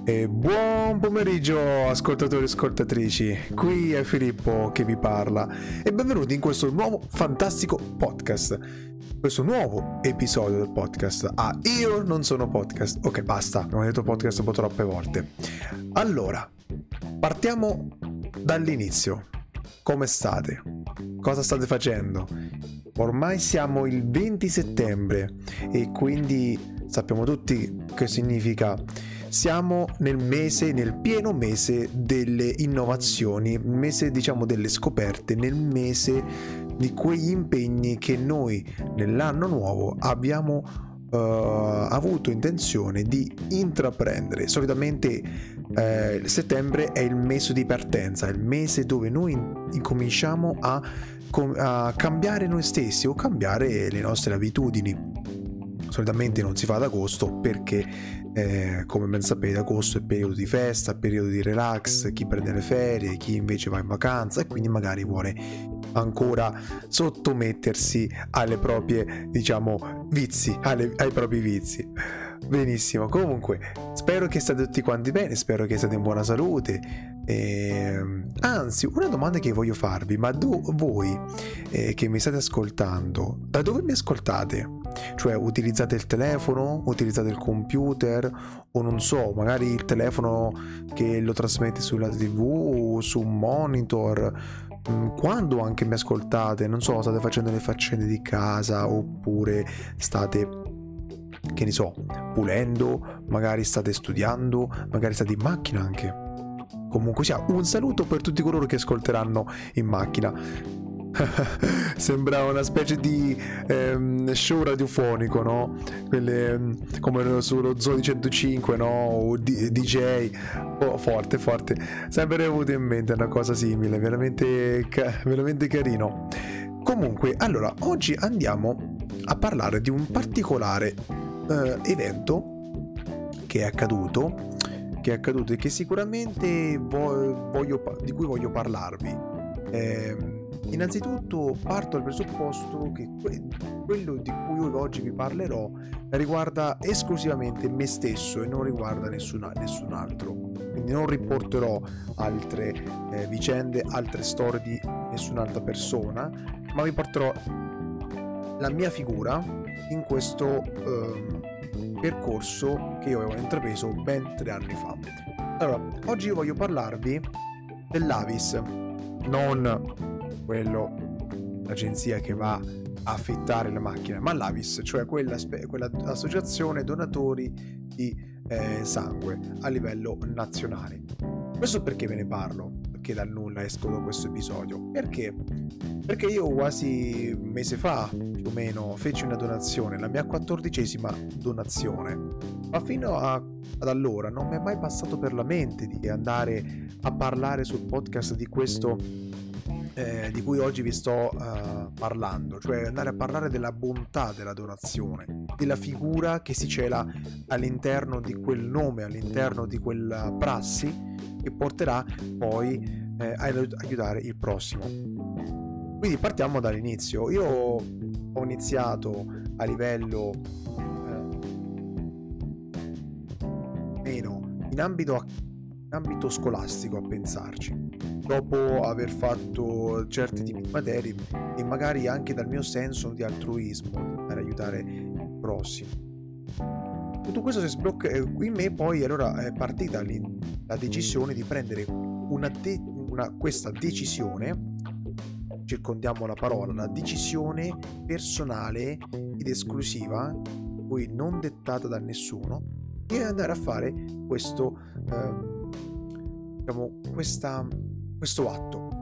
E buon pomeriggio ascoltatori e ascoltatrici, qui è Filippo che vi parla e benvenuti in questo nuovo fantastico podcast, questo nuovo episodio del podcast. Io non sono podcast, ok basta, abbiamo detto podcast un po' troppe volte. Allora, partiamo dall'inizio. Come state? Cosa state facendo? Ormai siamo il 20 settembre e quindi sappiamo tutti che significa. Siamo nel pieno mese delle innovazioni, nel mese delle scoperte, nel mese di quegli impegni che noi nell'anno nuovo abbiamo avuto intenzione di intraprendere. Solitamente settembre è il mese di partenza, è il mese dove noi incominciamo a cambiare noi stessi o cambiare le nostre abitudini. Solitamente non si fa ad agosto perché come ben sapete agosto è periodo di festa, periodo di relax, chi prende le ferie, chi invece va in vacanza e quindi magari vuole ancora sottomettersi alle proprie vizi, ai propri vizi. Benissimo, comunque spero che state tutti quanti bene, spero che siate in buona salute. Anzi, una domanda che voglio farvi, ma voi che mi state ascoltando, da dove mi ascoltate? Cioè utilizzate il telefono, utilizzate il computer o non so, magari il telefono che lo trasmette sulla TV, su un monitor. Quando anche mi ascoltate, non so, state facendo le faccende di casa oppure state, che ne so, pulendo, magari state studiando, magari state in macchina anche. Comunque sia, un saluto per tutti coloro che ascolteranno in macchina. Sembra una specie di show radiofonico, no? Quelle come sullo Zoo di 105, no? O DJ. Oh, forte. Sempre avuto in mente una cosa simile, veramente carino. Comunque, allora, oggi andiamo a parlare di un particolare evento che è accaduto e che sicuramente di cui voglio parlarvi. Innanzitutto parto dal presupposto che quello di cui oggi vi parlerò riguarda esclusivamente me stesso e non riguarda nessun altro, quindi non riporterò altre vicende, altre storie di nessun'altra persona, ma vi porterò la mia figura in questo percorso che io avevo intrapreso ben 3 anni fa. Allora, oggi io voglio parlarvi dell'Avis, non l'agenzia che va a affittare le macchine, ma l'Avis, cioè quella associazione donatori di sangue a livello nazionale. Questo perché ve ne parlo? Perché dal nulla esco da questo episodio? Perché io quasi un mese fa più o meno feci una donazione, la mia 14ª donazione, ma fino ad allora non mi è mai passato per la mente di andare a parlare sul podcast di questo di cui oggi vi sto parlando, cioè andare a parlare della bontà della donazione, della figura che si cela all'interno di quel nome, all'interno di quella prassi che porterà poi a aiutare il prossimo. Quindi partiamo dall'inizio. Io ho iniziato a livello meno in ambito scolastico a pensarci, dopo aver fatto certi tipi di materie e magari anche dal mio senso di altruismo per aiutare il prossimo. Tutto questo si sblocca in me, poi allora è partita la decisione di prendere questa decisione, circondiamo la parola, la decisione personale ed esclusiva, poi non dettata da nessuno, di andare a fare questo atto.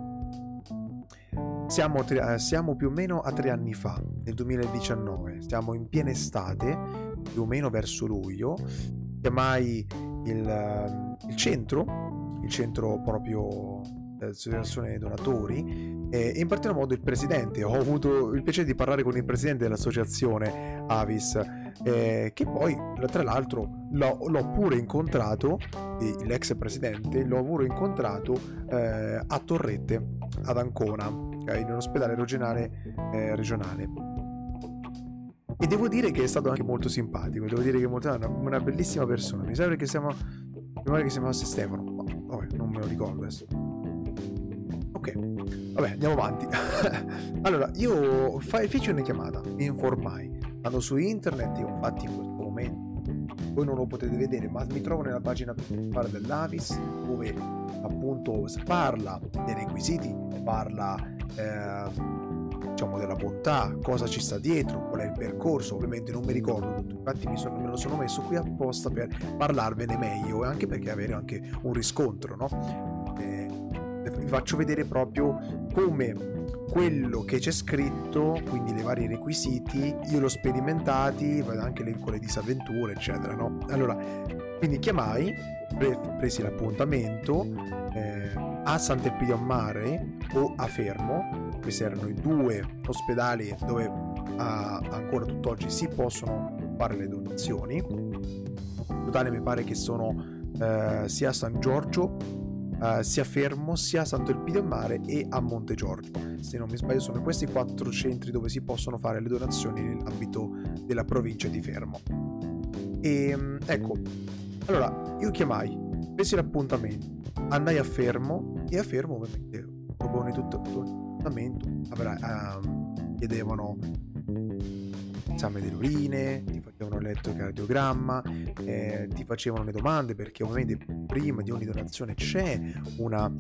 Siamo più o meno a 3 anni fa, nel 2019, siamo in piena estate, più o meno verso luglio. Chiamai il centro proprio dell'associazione donatori e in particolar modo il presidente. Ho avuto il piacere di parlare con il presidente dell'associazione Avis, che poi tra l'altro l'ho pure incontrato, l'ex presidente l'ho pure incontrato a Torrette ad Ancona, in un ospedale regionale. E devo dire che è stato anche molto simpatico, devo dire che è una bellissima persona. Mi sembra che siamo pare che si chiamasse Stefano, ma vabbè, non me lo ricordo adesso. Ok, vabbè, andiamo avanti. Allora, io feci una chiamata, mi informai, andò su internet, io infatti in questo momento voi non lo potete vedere, ma mi trovo nella pagina principale dell'Avis, dove appunto si parla dei requisiti, parla diciamo della bontà, cosa ci sta dietro, qual è il percorso. Ovviamente non mi ricordo tutto, infatti me lo sono messo qui apposta per parlarvene meglio, e anche perché avere anche un riscontro, no? Vi faccio vedere proprio come quello che c'è scritto, quindi i vari requisiti, io l'ho sperimentati, anche con le disavventure eccetera, no? Allora, quindi chiamai, presi l'appuntamento a Sant'Elpidio a Mare o a Fermo. Questi erano i due ospedali dove ancora tutt'oggi si possono fare le donazioni. In totale mi pare che sono sia a San Giorgio, sia a Fermo, sia a Sant'Elpidio a Mare e a Monte Giorgio. Se non mi sbaglio sono questi 4 centri dove si possono fare le donazioni nell'ambito della provincia di Fermo. E ecco, allora io chiamai, presi l'appuntamento, andai a Fermo, e a Fermo ovviamente proponi tutto l'appuntamento, chiedevano esame delle urine, ti facevano l'elettrocardiogramma, ti facevano le domande, perché ovviamente prima di ogni donazione c'è un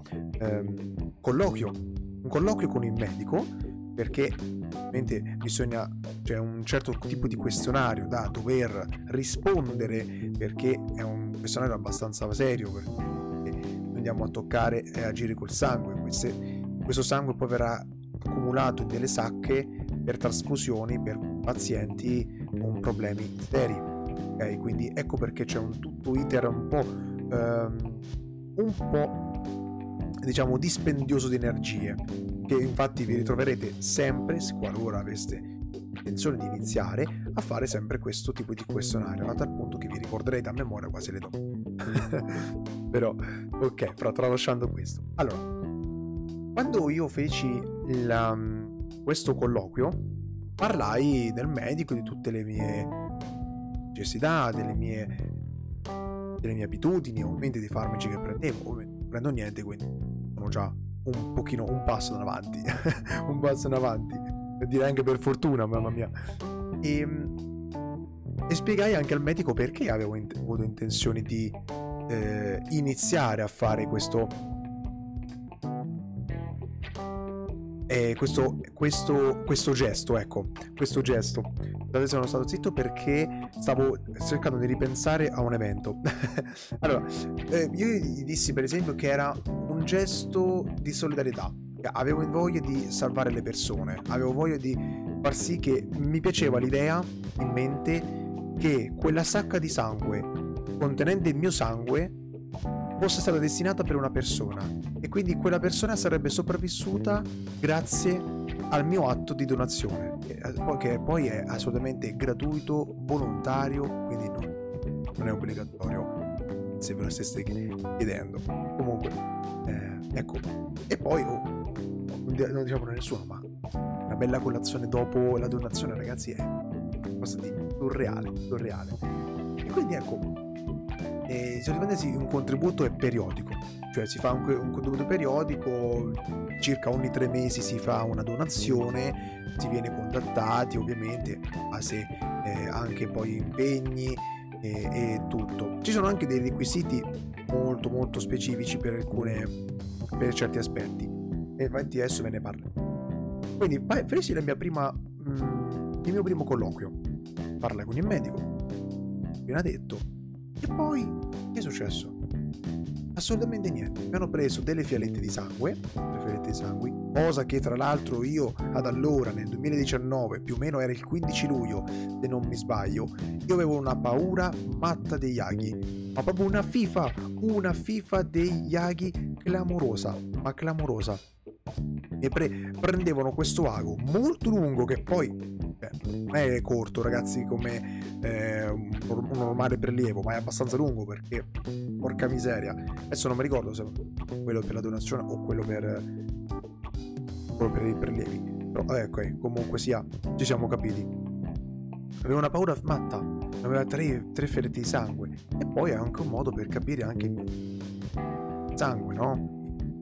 colloquio con il medico, perché ovviamente c'è un certo tipo di questionario da dover rispondere, perché è un questionario abbastanza serio, perché andiamo a toccare e agire col sangue. Questo sangue poi verrà accumulato in delle sacche per trasfusioni per pazienti con problemi seri, ok? Quindi ecco perché c'è un tutto iter un po' diciamo dispendioso di energie, che infatti vi ritroverete sempre, qualora aveste intenzione di iniziare, a fare sempre questo tipo di questionario, a tal punto che vi ricorderete a memoria quasi le domande. Però ok, però tralasciando questo, allora, quando io feci questo colloquio, parlai del medico, di tutte le mie necessità, delle mie abitudini, ovviamente dei farmaci che prendevo. Ovviamente non prendo niente, quindi sono già un passo in avanti. Un passo in avanti, per dire anche per fortuna, mamma mia. E spiegai anche al medico perché avevo avuto intenzione di iniziare a fare questo gesto, ecco, questo gesto. Adesso sono stato zitto perché stavo cercando di ripensare a un evento. Allora, io gli dissi per esempio che era un gesto di solidarietà, avevo voglia di salvare le persone, avevo voglia di far sì che mi piaceva l'idea in mente che quella sacca di sangue contenente il mio sangue fosse stata destinata per una persona, e quindi quella persona sarebbe sopravvissuta grazie al mio atto di donazione, che poi è assolutamente gratuito, volontario, quindi non è obbligatorio, se ve lo steste chiedendo. Comunque ecco, e poi non diciamo a nessuno, ma una bella colazione dopo la donazione, ragazzi, è qualcosa di surreale. E quindi ecco, solitamente un contributo è periodico, cioè si fa un contributo periodico, circa ogni 3 mesi si fa una donazione, si viene contattati ovviamente, ma se anche poi impegni e tutto. Ci sono anche dei requisiti molto molto specifici per certi aspetti, e infatti adesso ve ne parlo. Quindi presi il mio primo colloquio, parla con il medico, appena detto. E poi che è successo? Assolutamente niente. Mi hanno preso delle fialette di sangue, cosa che tra l'altro io ad allora nel 2019, più o meno era il 15 luglio se non mi sbaglio, io avevo una paura matta degli aghi, ma proprio una fifa degli aghi clamorosa. E prendevano questo ago molto lungo, che poi non è corto, ragazzi, come un normale prelievo, ma è abbastanza lungo, perché porca miseria, adesso non mi ricordo se quello per la donazione o quello per i prelievi, però ecco, comunque sia, ci siamo capiti. aveva una paura matta, aveva tre ferite di sangue, e poi è anche un modo per capire anche il sangue, no?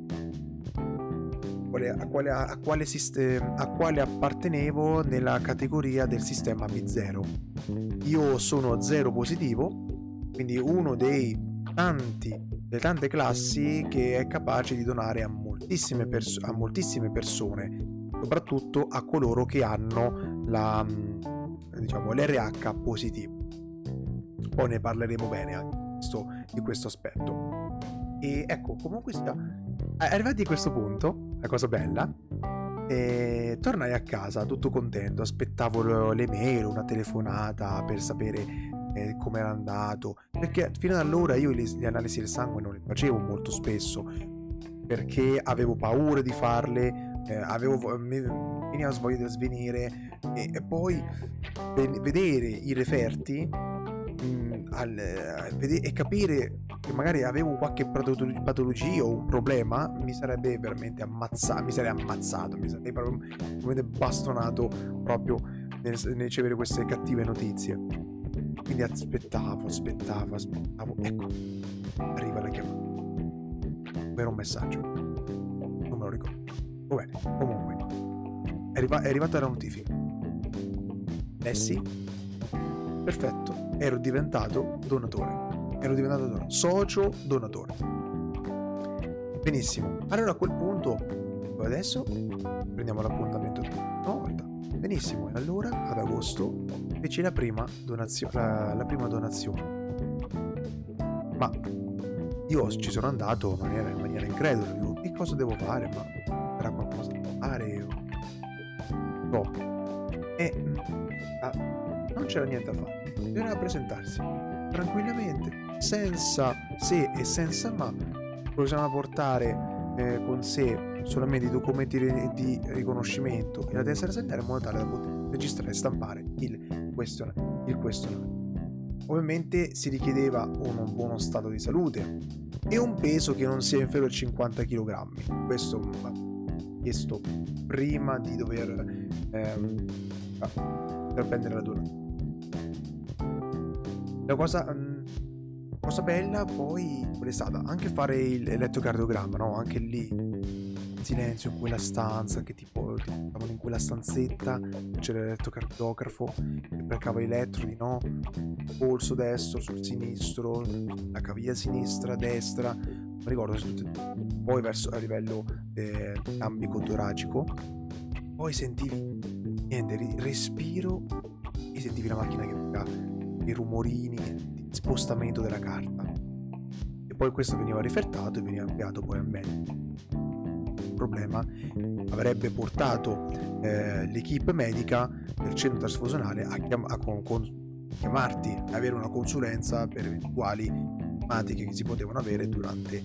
A quale appartenevo nella categoria del sistema B0. Io sono 0 positivo, quindi uno delle tante classi che è capace di donare a moltissime persone, soprattutto a coloro che hanno l'RH positivo. Poi ne parleremo bene anche di questo aspetto. E ecco, comunque arrivati a questo punto, la cosa bella, tornai a casa tutto contento, aspettavo le mail, una telefonata per sapere come era andato, perché fino ad allora io le analisi del sangue non le facevo molto spesso, perché avevo paura di farle, mi veniva svoglia di svenire, e poi vedere i referti e capire che magari avevo qualche patologia o un problema, mi sarebbe veramente ammazzato, mi sarei proprio bastonato proprio nel ricevere queste cattive notizie. Quindi aspettavo, ecco, arriva la chiamata, era un messaggio, non me lo ricordo. Vabbè, comunque è arrivata la notifica. Lessi, perfetto, ero diventato socio donatore. Benissimo, allora a quel punto adesso prendiamo l'appuntamento una volta. Benissimo, e allora ad agosto feci la prima donazione. Ma io ci sono andato in maniera incredula, dico, che cosa devo fare? Ma sarà qualcosa da fare? No. E non c'era niente da fare, bisognava presentarsi tranquillamente, senza se e senza ma. Bisognava portare con sé solamente i documenti di riconoscimento e la tessera sanitaria in modo tale da poter registrare e stampare il questionario. Ovviamente si richiedeva un buono stato di salute e un peso che non sia inferiore a 50 kg. Questo va chiesto prima di dover prendere la donazione. La cosa bella poi è stata anche fare l'elettrocardiogramma, no? Anche lì in silenzio, in quella stanza, che tipo stavano in quella stanzetta, c'era l'elettrocardiografo che placava i elettrodi, no? Polso destro sul sinistro, la caviglia sinistra, destra, non mi ricordo se tutte. Poi verso a livello ambico toracico, poi sentivi niente, respiro, e sentivi la macchina che faceva i rumorini di spostamento della carta, e poi questo veniva rifertato e veniva inviato poi al medico. Il problema avrebbe portato l'equipe medica del centro trasfusionale a chiamarti, a avere una consulenza per eventuali problematiche che si potevano avere durante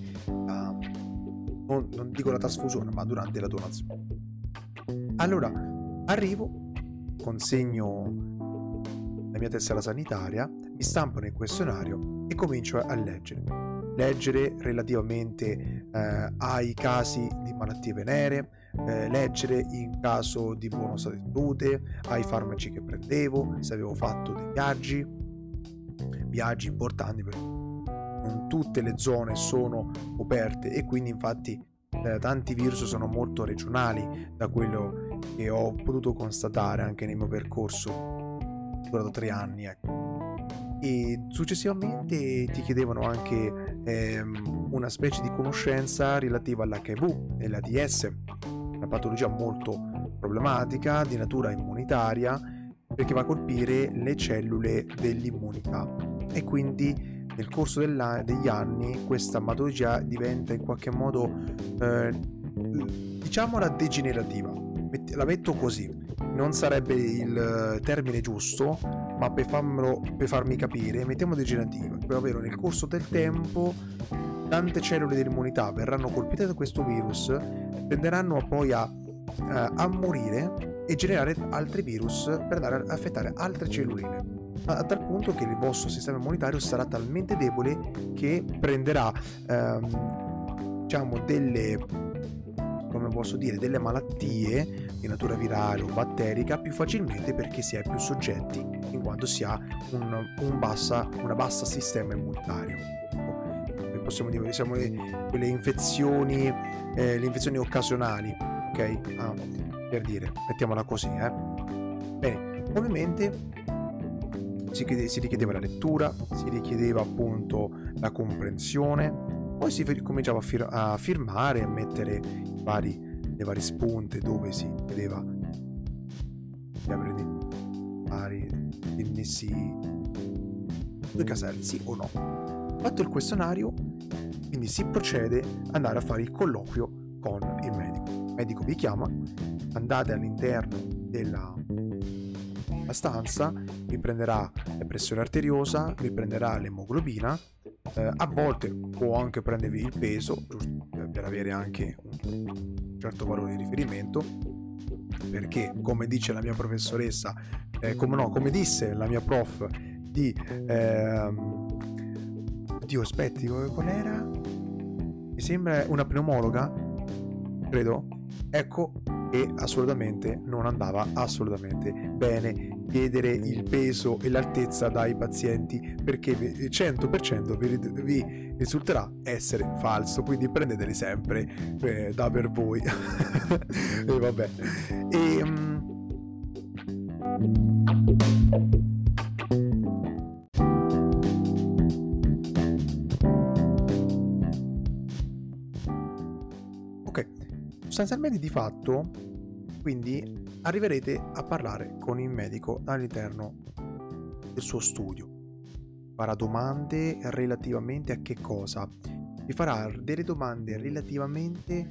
non dico la trasfusione, ma durante la donazione. Allora arrivo, consegno la mia tessera sanitaria, mi stampano il questionario e comincio a leggere relativamente ai casi di malattie venere, leggere in caso di buono stato di salute, ai farmaci che prendevo, se avevo fatto dei viaggi importanti, perché non tutte le zone sono coperte e quindi infatti tanti virus sono molto regionali, da quello che ho potuto constatare anche nel mio percorso durato 3 anni, ecco. E successivamente ti chiedevano anche una specie di conoscenza relativa all'HIV e all'AIDS, una patologia molto problematica di natura immunitaria, perché va a colpire le cellule dell'immunità, e quindi nel corso degli anni questa patologia diventa in qualche modo diciamola degenerativa, la metto così, non sarebbe il termine giusto, ma per farmi capire mettiamo degenerativa, ovvero nel corso del tempo tante cellule dell'immunità verranno colpite da questo virus, tenderanno poi a morire e generare altri virus per andare a affettare altre celluline, a tal punto che il vostro sistema immunitario sarà talmente debole che prenderà diciamo delle come posso dire, delle malattie di natura virale o batterica più facilmente, perché si è più soggetti, in quanto si ha una bassa sistema immunitario. Possiamo dire, siamo quelle infezioni, le infezioni occasionali, ok? Per dire, mettiamola così, Bene, ovviamente si richiedeva la lettura, si richiedeva appunto la comprensione, poi si cominciava a firmare, a mettere le varie spunte dove si chiedeva di avere quindi sì, 2 caselle, sì o no. Fatto il questionario, quindi si procede ad andare a fare il colloquio con il medico. Il medico vi chiama, andate all'interno della stanza, vi prenderà la pressione arteriosa, vi prenderà l'emoglobina, a volte può anche prendervi il peso, giusto per avere anche un certo valore di riferimento, perché come dice la mia professoressa, come disse la mia prof di oddio, aspetti, qual era? Mi sembra una pneumologa, credo, ecco, e assolutamente non andava assolutamente bene chiedere il peso e l'altezza dai pazienti, perché 100% vi risulterà essere falso, quindi prendeteli sempre da per voi. E vabbè. Ok, sostanzialmente di fatto, quindi arriverete a parlare con il medico all'interno del suo studio. Farà domande relativamente a che cosa? Vi farà delle domande relativamente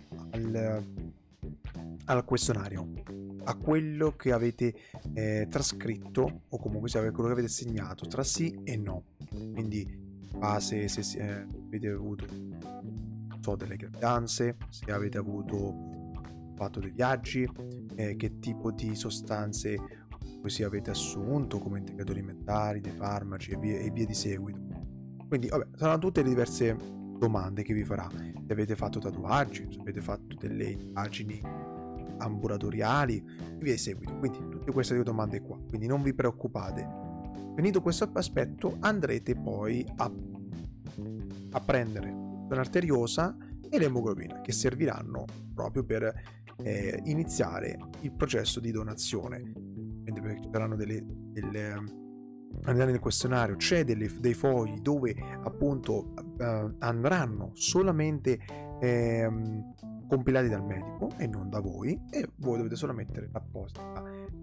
al questionario, a quello che avete trascritto, o comunque sia quello che avete segnato tra sì e no. Quindi base se avete avuto delle gravidanze, se avete fatto dei viaggi, che tipo di sostanze così avete assunto come integratori alimentari, dei farmaci e via di seguito. Quindi vabbè, saranno tutte le diverse domande che vi farà. Se avete fatto tatuaggi, se avete fatto delle indagini ambulatoriali e via di seguito. Quindi tutte queste domande qua, quindi non vi preoccupate. Finito questo aspetto, andrete poi a prendere l'arteriosa e l'emoglobina, che serviranno proprio per iniziare il processo di donazione. Quindi ci saranno all'interno del questionario c'è dei fogli dove appunto andranno solamente compilati dal medico e non da voi, e voi dovete solo mettere apposta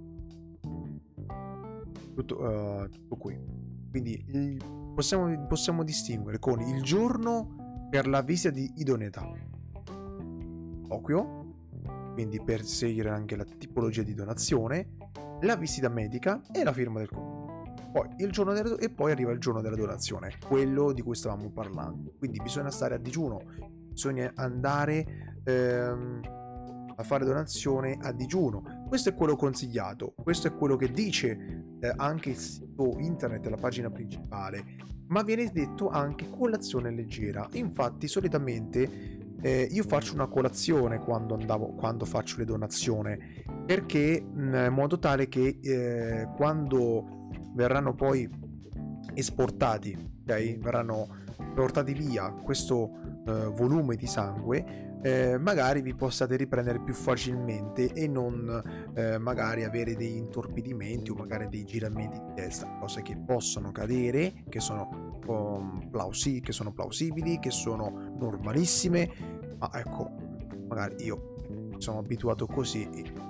tutto qui. Quindi possiamo distinguere con il giorno per la visita di idoneità, colloquio, quindi per seguire anche la tipologia di donazione, la visita medica e la firma del colloquio. Poi e poi arriva il giorno della donazione, quello di cui stavamo parlando. Quindi bisogna stare a digiuno, bisogna andare a fare donazione a digiuno. Questo è quello consigliato, questo è quello che dice anche il sito internet, la pagina principale, ma viene detto anche colazione leggera. Infatti solitamente io faccio una colazione quando faccio le donazioni, perché in modo tale che quando verranno poi esportati, okay? Verranno portati via questo volume di sangue, magari vi possiate riprendere più facilmente e non magari avere degli intorpidimenti o magari dei giramenti di testa, cose che possono cadere, che sono plausibili, che sono normalissime, ma ecco, magari io sono abituato così.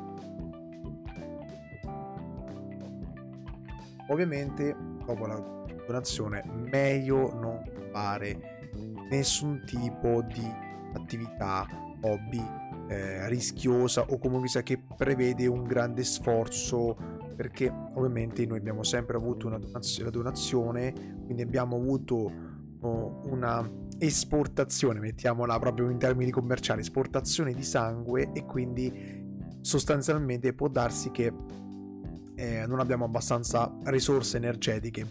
Ovviamente dopo la donazione meglio non fare nessun tipo di attività, hobby rischiosa o comunque sia che prevede un grande sforzo, perché ovviamente noi abbiamo sempre avuto la donazione, quindi abbiamo avuto una esportazione, mettiamola proprio in termini commerciali, esportazione di sangue, e quindi sostanzialmente può darsi che non abbiamo abbastanza risorse energetiche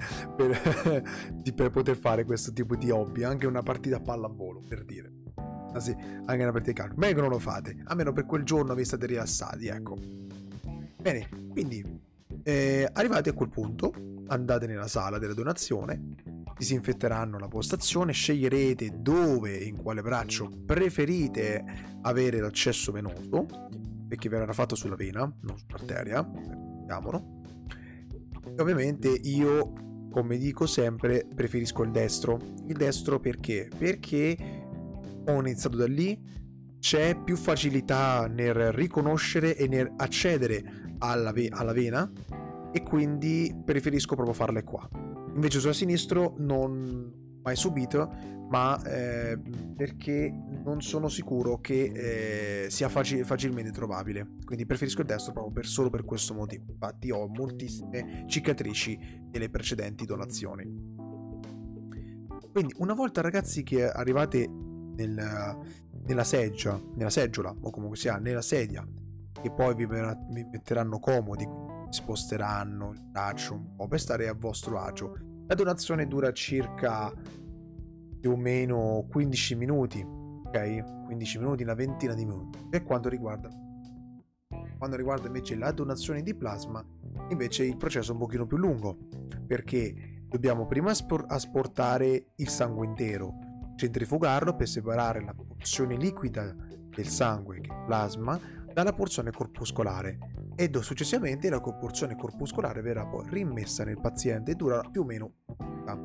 per poter fare questo tipo di hobby, anche una partita a pallavolo, per dire. Anzi, anche una partita di calcio. Meglio che non lo fate, almeno per quel giorno vi state rilassati, ecco. Bene, quindi arrivati a quel punto, andate nella sala della donazione, disinfetteranno la postazione, sceglierete dove e in quale braccio preferite avere l'accesso venoso, perché verrà fatto sulla vena, non sull'arteria, diciamolo. E ovviamente io, come dico sempre, preferisco il destro. Il destro perché? Perché ho iniziato da lì, c'è più facilità nel riconoscere e nel accedere alla vena, e quindi preferisco proprio farle qua. Invece sulla sinistro non mai subito, ma perché non sono sicuro che sia facilmente trovabile, quindi preferisco il destro proprio solo per questo motivo. Infatti ho moltissime cicatrici delle precedenti donazioni. Quindi una volta, ragazzi, che arrivate nella seggiola, o comunque sia nella sedia, che poi vi metteranno comodi, sposteranno il braccio un po' per stare a vostro agio. La donazione dura circa più o meno 15 minuti, ok? 15 minuti, una ventina di minuti. Per quanto riguarda invece la donazione di plasma, invece il processo è un pochino più lungo, perché dobbiamo prima asportare il sangue intero, centrifugarlo per separare la porzione liquida del sangue, che è il plasma, dalla porzione corpuscolare, e successivamente la porzione corpuscolare verrà poi rimessa nel paziente e dura più o meno un'ora.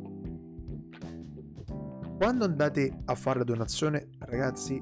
Quando andate a fare la donazione, ragazzi,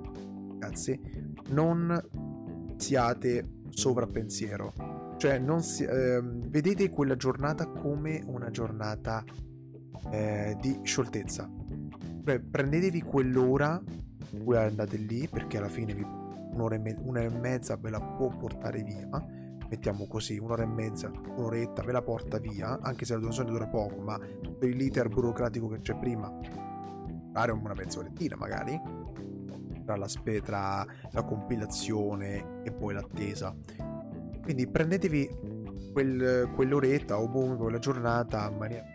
non siate sovrappensiero, cioè vedete quella giornata come una giornata di scioltezza. Prendetevi quell'ora in cui andate lì, perché alla fine un'ora e mezza ve la può portare via, mettiamo così, un'ora e mezza, un'oretta ve la porta via, anche se la donazione dura poco, ma tutto l'iter burocratico che c'è prima, fare una mezzorettina magari, tra la compilazione e poi l'attesa. Quindi prendetevi quell'oretta o comunque quella giornata in maniera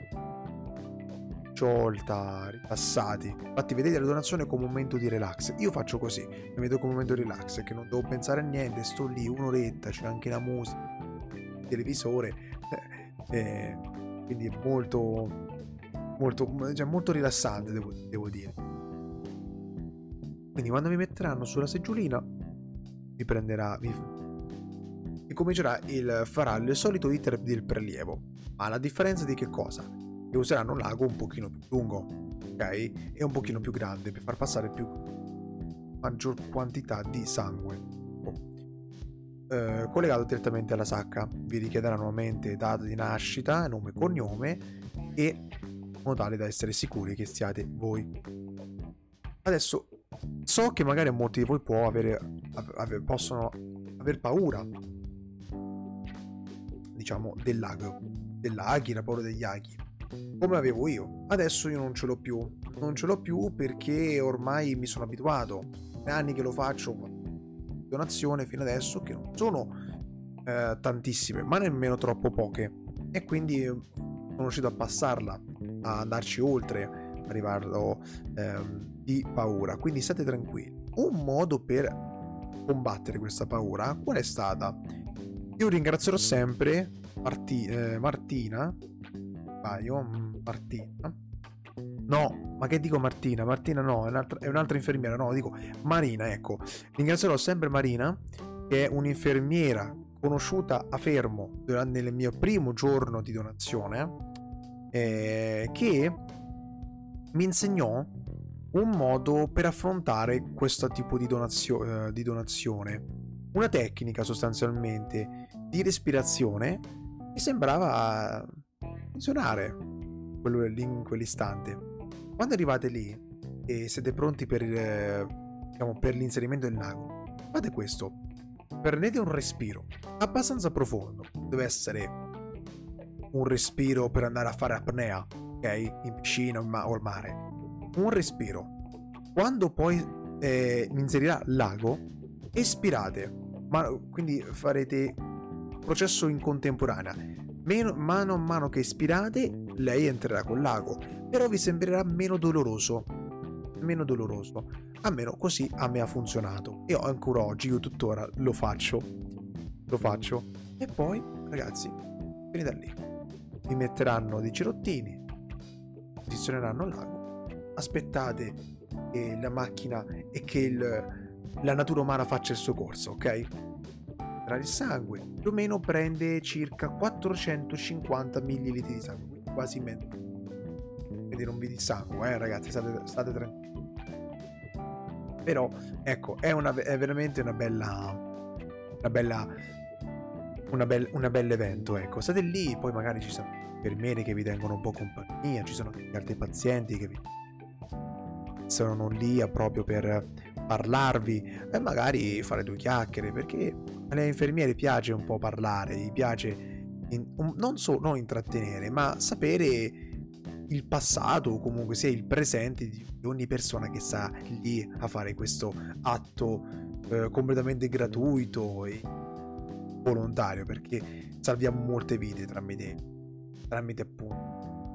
sciolta, rilassati. Infatti vedete la donazione come un momento di relax. Io faccio così, mi vedo come un momento di relax, che non devo pensare a niente, sto lì un'oretta, c'è anche la musica, il televisore, quindi è molto rilassante, devo dire. Quindi quando vi metteranno sulla seggiolina vi farà il solito iter del prelievo, ma la differenza di che cosa? Che useranno un lago un pochino più lungo, ok? E un pochino più grande per far passare maggior quantità di sangue, collegato direttamente alla sacca. Vi richiederanno nuovamente data di nascita, nome e cognome, e in modo tale da essere sicuri che siate voi. Adesso so che magari molti di voi possono aver paura, diciamo, del lago, la paura degli aghi, come avevo io. Adesso io non ce l'ho più perché ormai mi sono abituato. È anni che lo faccio, donazione fino adesso, che non sono tantissime, ma nemmeno troppo poche, e quindi sono riuscito a passarla, a andarci oltre a livello di paura. Quindi state tranquilli. Un modo per combattere questa paura qual è stata? Io ringrazierò sempre Martina. No, ma che dico Martina? Martina no, è un'altra infermiera. No, dico Marina, ecco. Ringrazierò sempre Marina, che è un'infermiera conosciuta a Fermo nel mio primo giorno di donazione, che mi insegnò un modo per affrontare questo tipo di donazione. Una tecnica sostanzialmente di respirazione che sembrava funzionare in quell'istante. Quando arrivate lì e siete pronti per l'inserimento del lago, fate questo: prendete un respiro abbastanza profondo. Deve essere un respiro per andare a fare apnea, ok? In piscina o al mare. Un respiro. Quando poi inserirà il lago, espirate, quindi farete processo in contemporanea. Mano a mano che espirate, lei entrerà col lago, però vi sembrerà meno doloroso. meno doloroso. Almeno così a me ha funzionato. E ancora oggi, io tuttora lo faccio. E poi, ragazzi, finita lì. Vi metteranno dei cerottini, posizioneranno il lago, aspettate che la macchina e che la natura umana faccia il suo corso, ok? Tra il sangue, più o meno prende circa 450 ml di sangue, quindi quasi mezzo. Quindi non vi di sangue, ragazzi, state tranquilli. Però, ecco, è veramente una bel evento, ecco. State lì, poi magari ci sono infermieri che vi tengono un po' compagnia, ci sono altri pazienti che sono lì proprio per parlarvi e magari fare due chiacchiere, perché alle infermiere piace un po' parlare, gli piace non intrattenere, ma sapere il passato o comunque sia il presente di ogni persona che sta lì a fare questo atto completamente gratuito e volontario, perché salviamo molte vite tramite appunto.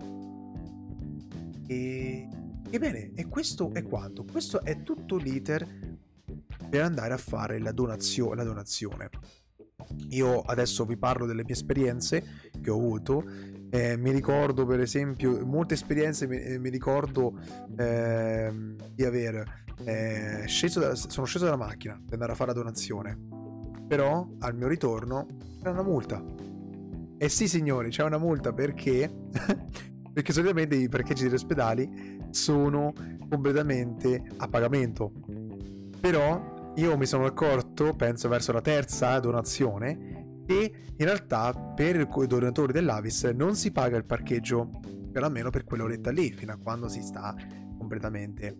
E bene, e questo è quanto. Questo è tutto l'iter per andare a fare la donazione. Io adesso vi parlo delle mie esperienze che ho avuto. Mi ricordo, per esempio, molte esperienze. Mi ricordo di aver sono sceso dalla macchina per andare a fare la donazione, però al mio ritorno c'era una multa. E sì, signori, c'è una multa perché perché solitamente i parcheggi degli ospedali sono completamente a pagamento. Però io mi sono accorto, penso verso la terza donazione, che in realtà per i donatori dell'Avis non si paga il parcheggio, per almeno per quell'oretta lì, fino a quando si sta completamente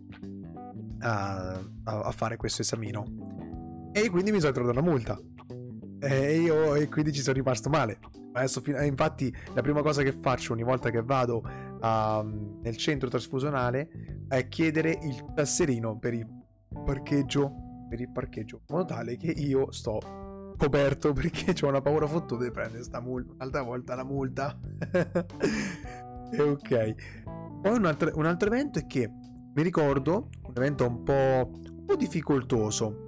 a fare questo esamino. E quindi mi sono trovato una multa. E quindi ci sono rimasto male. Adesso, infatti, la prima cosa che faccio ogni volta che vado nel centro trasfusionale è chiedere il tasserino per il parcheggio, in modo tale che io sto coperto, perché ho una paura fottuta di prendere sta multa un'altra volta, la multa. E ok. Poi un altro evento è che mi ricordo un evento un po' difficoltoso,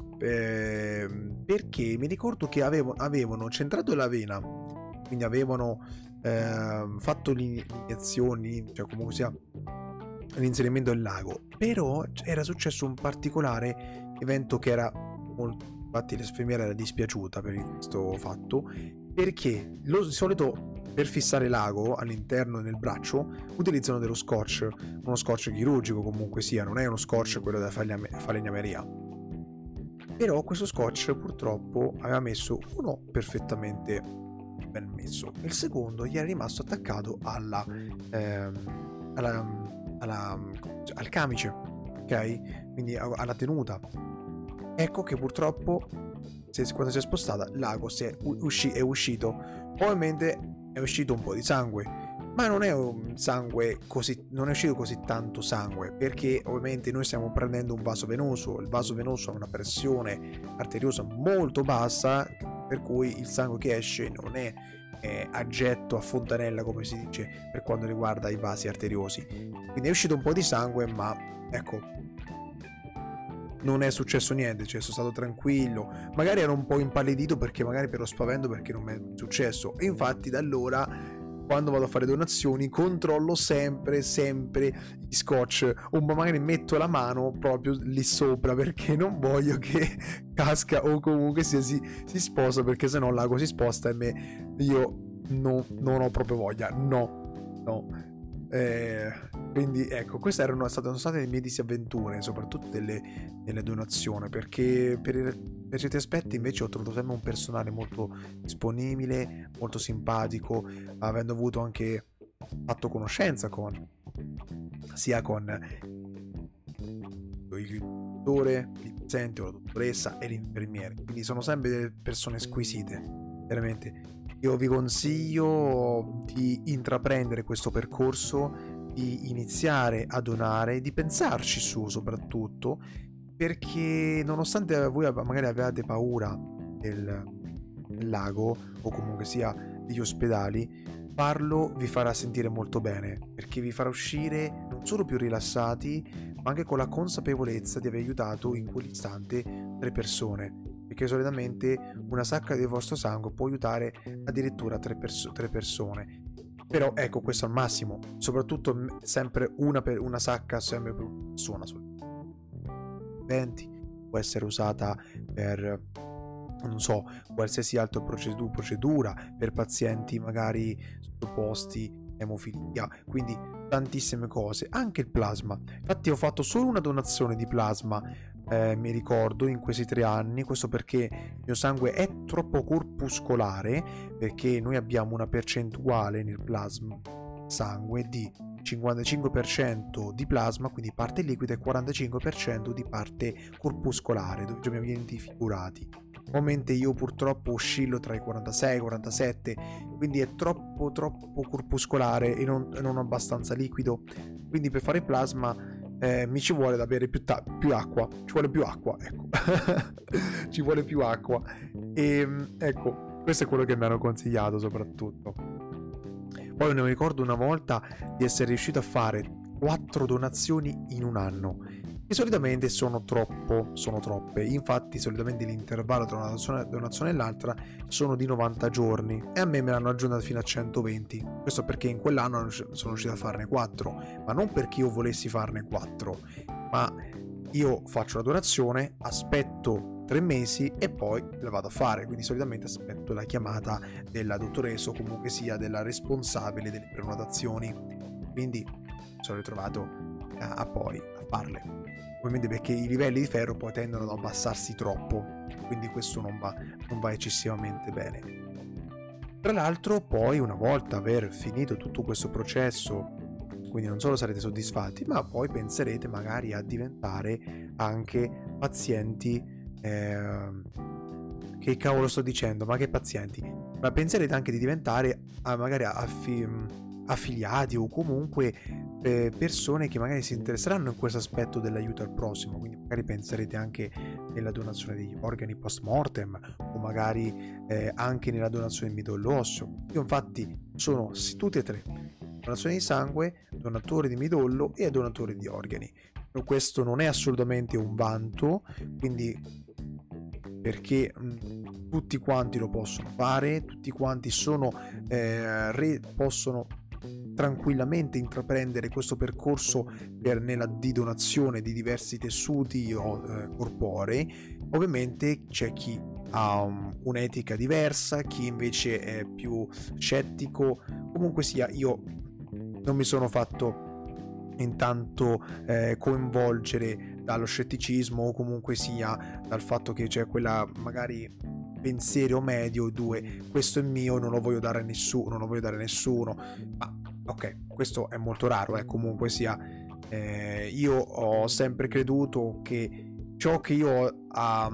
perché mi ricordo che avevano centrato la vena, quindi avevano fatto le iniezioni, cioè comunque sia l'inserimento del lago, però era successo un particolare evento che era molto, infatti l'infermiera era dispiaciuta per questo fatto, perché di solito per fissare l'ago all'interno del braccio utilizzano uno scotch chirurgico, comunque sia, non è uno scotch quello da falegnameria. Però questo scotch purtroppo aveva messo uno perfettamente ben messo, il secondo gli era rimasto attaccato al camice, ok? Quindi alla tenuta. Ecco che purtroppo quando si è spostata l'ago è uscito. Ovviamente è uscito un po' di sangue, ma non è uscito così tanto sangue, perché ovviamente noi stiamo prendendo un vaso venoso. Il vaso venoso ha una pressione arteriosa molto bassa, per cui il sangue che esce non è a getto, a fontanella, come si dice per quanto riguarda i vasi arteriosi. Quindi è uscito un po' di sangue, ma ecco, non è successo niente, cioè sono stato tranquillo. Magari ero un po' impallidito perché magari per lo spavento, perché non mi è successo. E infatti da allora, quando vado a fare donazioni, controllo sempre gli scotch, o magari metto la mano proprio lì sopra, perché non voglio che casca o comunque si sposta, perché sennò l'ago si sposta e io non ho proprio voglia. No. Quindi ecco, queste sono state le mie disavventure, soprattutto nelle donazioni, perché per certi aspetti invece ho trovato sempre un personale molto disponibile, molto simpatico, avendo avuto anche fatto conoscenza sia con il dottore, il paziente o la dottoressa e l'infermiere. Quindi sono sempre delle persone squisite, veramente. Io vi consiglio di intraprendere questo percorso, di iniziare a donare, di pensarci su soprattutto, perché nonostante voi magari avevate paura del lago o comunque sia degli ospedali, farlo vi farà sentire molto bene, perché vi farà uscire non solo più rilassati, ma anche con la consapevolezza di aver aiutato in quell'istante 3 persone, perché solitamente una sacca del vostro sangue può aiutare addirittura 3 persone. Però ecco, questo al massimo, soprattutto sempre una sacca sempre per una persona. 20 può essere usata per, non so, qualsiasi altra procedura per pazienti magari sottoposti a emofilia, quindi tantissime cose, anche il plasma. Infatti ho fatto solo una donazione di plasma, mi ricordo, in questi 3 anni, questo perché il mio sangue è troppo corpuscolare, perché noi abbiamo una percentuale nel plasma sangue di 55% di plasma, quindi parte liquida, e 45% di parte corpuscolare, dove abbiamo vieni figurati. Ovviamente io purtroppo oscillo tra i 46 e i 47, quindi è troppo corpuscolare e non abbastanza liquido, quindi per fare plasma mi ci vuole da bere più acqua, ci vuole più acqua, ecco. Ci vuole più acqua, e ecco, questo è quello che mi hanno consigliato soprattutto. Poi non mi ricordo una volta di essere riuscito a fare 4 donazioni in un anno, che solitamente sono troppe. Infatti solitamente l'intervallo tra una donazione e l'altra sono di 90 giorni, e a me l'hanno aggiunta fino a 120. Questo perché in quell'anno sono riuscito a farne 4, ma non perché io volessi farne 4, ma io faccio la donazione, aspetto 3 mesi e poi la vado a fare, quindi solitamente aspetto la chiamata della dottoressa o comunque sia della responsabile delle prenotazioni, quindi sono ritrovato a farle, ovviamente perché i livelli di ferro poi tendono ad abbassarsi troppo, quindi questo non va eccessivamente bene. Tra l'altro poi, una volta aver finito tutto questo processo, quindi non solo sarete soddisfatti, ma poi penserete magari a diventare anche pazienti. Che cavolo sto dicendo? Ma che pazienti? Ma penserete anche di diventare magari affiliati o comunque persone che magari si interesseranno in questo aspetto dell'aiuto al prossimo, quindi magari penserete anche nella donazione degli organi post mortem, o magari anche nella donazione di midollo osseo. Io infatti sono tutti e 3: donazione di sangue, donatore di midollo e donatore di organi. Questo non è assolutamente un vanto, quindi perché tutti quanti lo possono fare, tutti quanti possono tranquillamente intraprendere questo percorso di donazione di diversi tessuti corporei. Ovviamente c'è chi ha un'etica diversa, chi invece è più scettico. Comunque sia, io non mi sono fatto intanto coinvolgere dallo scetticismo, o comunque sia dal fatto che c'è quella magari pensiero medio, 2, questo è mio, non lo voglio dare a nessuno, ma ok, questo è molto raro, comunque sia io ho sempre creduto che ciò che io ho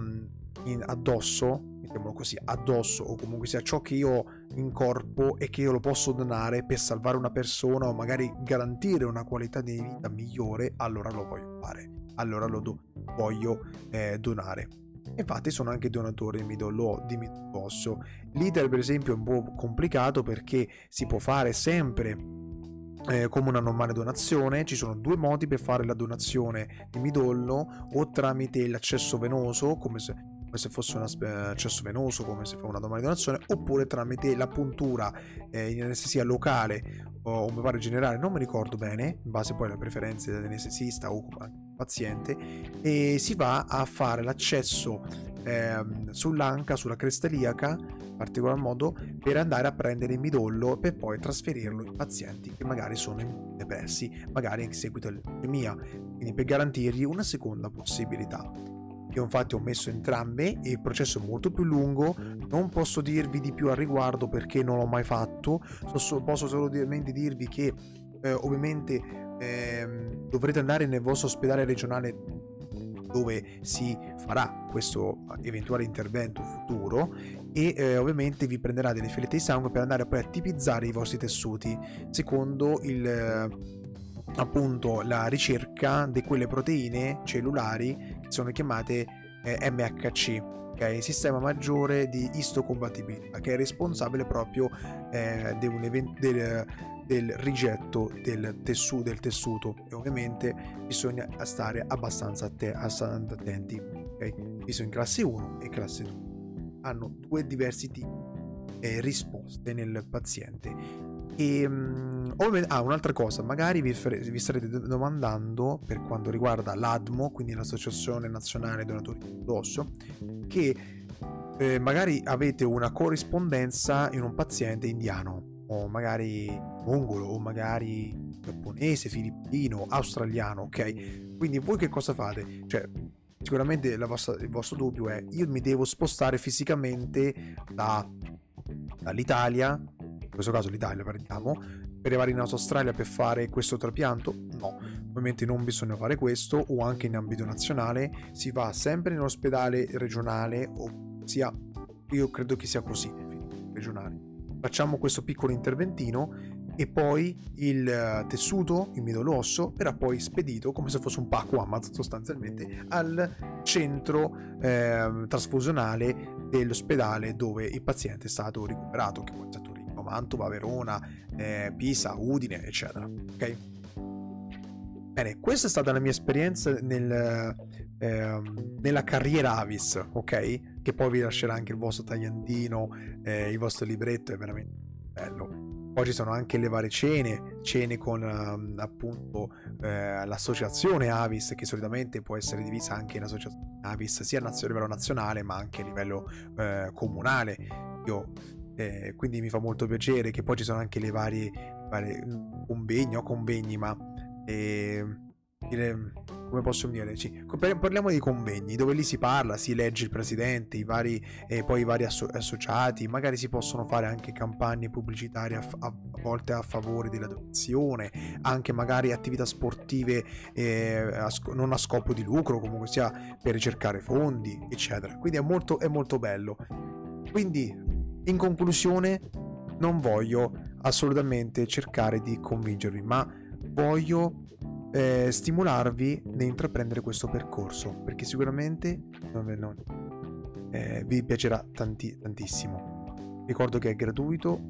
addosso, mettiamolo così, o comunque sia ciò che io ho in corpo e che io lo posso donare per salvare una persona o magari garantire una qualità di vita migliore, allora lo voglio fare, allora voglio donare. Infatti sono anche donatore di midollo osseo. L'iter per esempio è un po' complicato, perché si può fare sempre come una normale donazione. Ci sono 2 modi per fare la donazione di midollo: o tramite l'accesso venoso, come se fosse un accesso venoso, come se fa una normale donazione, oppure tramite la puntura in anestesia locale o mi pare generale, non mi ricordo bene, in base poi alle preferenze dell'anestesista o paziente, e si va a fare l'accesso sull'anca, sulla cresta iliaca in particolar modo, per andare a prendere il midollo per poi trasferirlo in pazienti che magari sono depressi, magari in seguito all'emia, quindi per garantirgli una seconda possibilità. Io infatti ho messo entrambe e il processo è molto più lungo, non posso dirvi di più al riguardo perché non l'ho mai fatto, posso solamente dirvi che ovviamente dovrete andare nel vostro ospedale regionale dove si farà questo eventuale intervento futuro, e ovviamente vi prenderà delle filette di sangue per andare poi a tipizzare i vostri tessuti secondo appunto la ricerca di quelle proteine cellulari che sono chiamate MHC, okay? Sistema maggiore di istocompatibilità, che è responsabile proprio del rigetto del tessuto, e ovviamente bisogna stare abbastanza attenti, okay? Bisogno classe 1 e classe 2 hanno due diversi tipi risposte nel paziente. E un'altra cosa, magari vi starete domandando, per quanto riguarda l'ADMO, quindi l'Associazione Nazionale Donatori d'Osso, che magari avete una corrispondenza in un paziente indiano, o magari mongolo, o magari giapponese, filippino, australiano, ok? Quindi voi che cosa fate? Cioè, sicuramente il vostro dubbio è: io mi devo spostare fisicamente dall'Italia, in questo caso l'Italia parliamo, per arrivare in Australia per fare questo trapianto? No, ovviamente non bisogna fare questo, o anche in ambito nazionale si va sempre in ospedale regionale, o sia, io credo che sia così, regionale. Facciamo questo piccolo interventino e poi il tessuto, il midollo osso, verrà poi spedito come se fosse un pacco Amazon sostanzialmente al centro trasfusionale dell'ospedale dove il paziente è stato ricoverato, che può essere Torino, Mantova, Verona, Pisa, Udine, eccetera. Ok? Bene, questa è stata la mia esperienza nella carriera Avis, ok? Che poi vi lascerà anche il vostro tagliandino, il vostro libretto, è veramente bello. Poi ci sono anche le varie cene con appunto l'associazione Avis, che solitamente può essere divisa anche in associazione Avis sia a livello nazionale ma anche a livello comunale. Quindi mi fa molto piacere che poi ci sono anche le varie convegni, ma come posso dire, parliamo dei convegni dove lì si parla, si legge il presidente, poi i vari associati, magari si possono fare anche campagne pubblicitarie a volte a favore della donazione, anche magari attività sportive non a scopo di lucro, comunque sia per ricercare fondi, eccetera. Quindi è molto bello. Quindi, in conclusione, non voglio assolutamente cercare di convincervi, ma voglio stimolarvi ad intraprendere questo percorso, perché sicuramente vi piacerà tantissimo. Ricordo che è gratuito,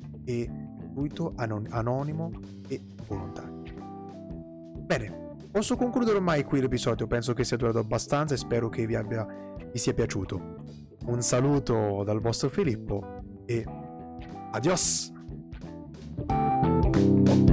anonimo e volontario. Bene, posso concludere ormai qui l'episodio, penso che sia durato abbastanza e spero che vi sia piaciuto. Un saluto dal vostro Filippo e adios!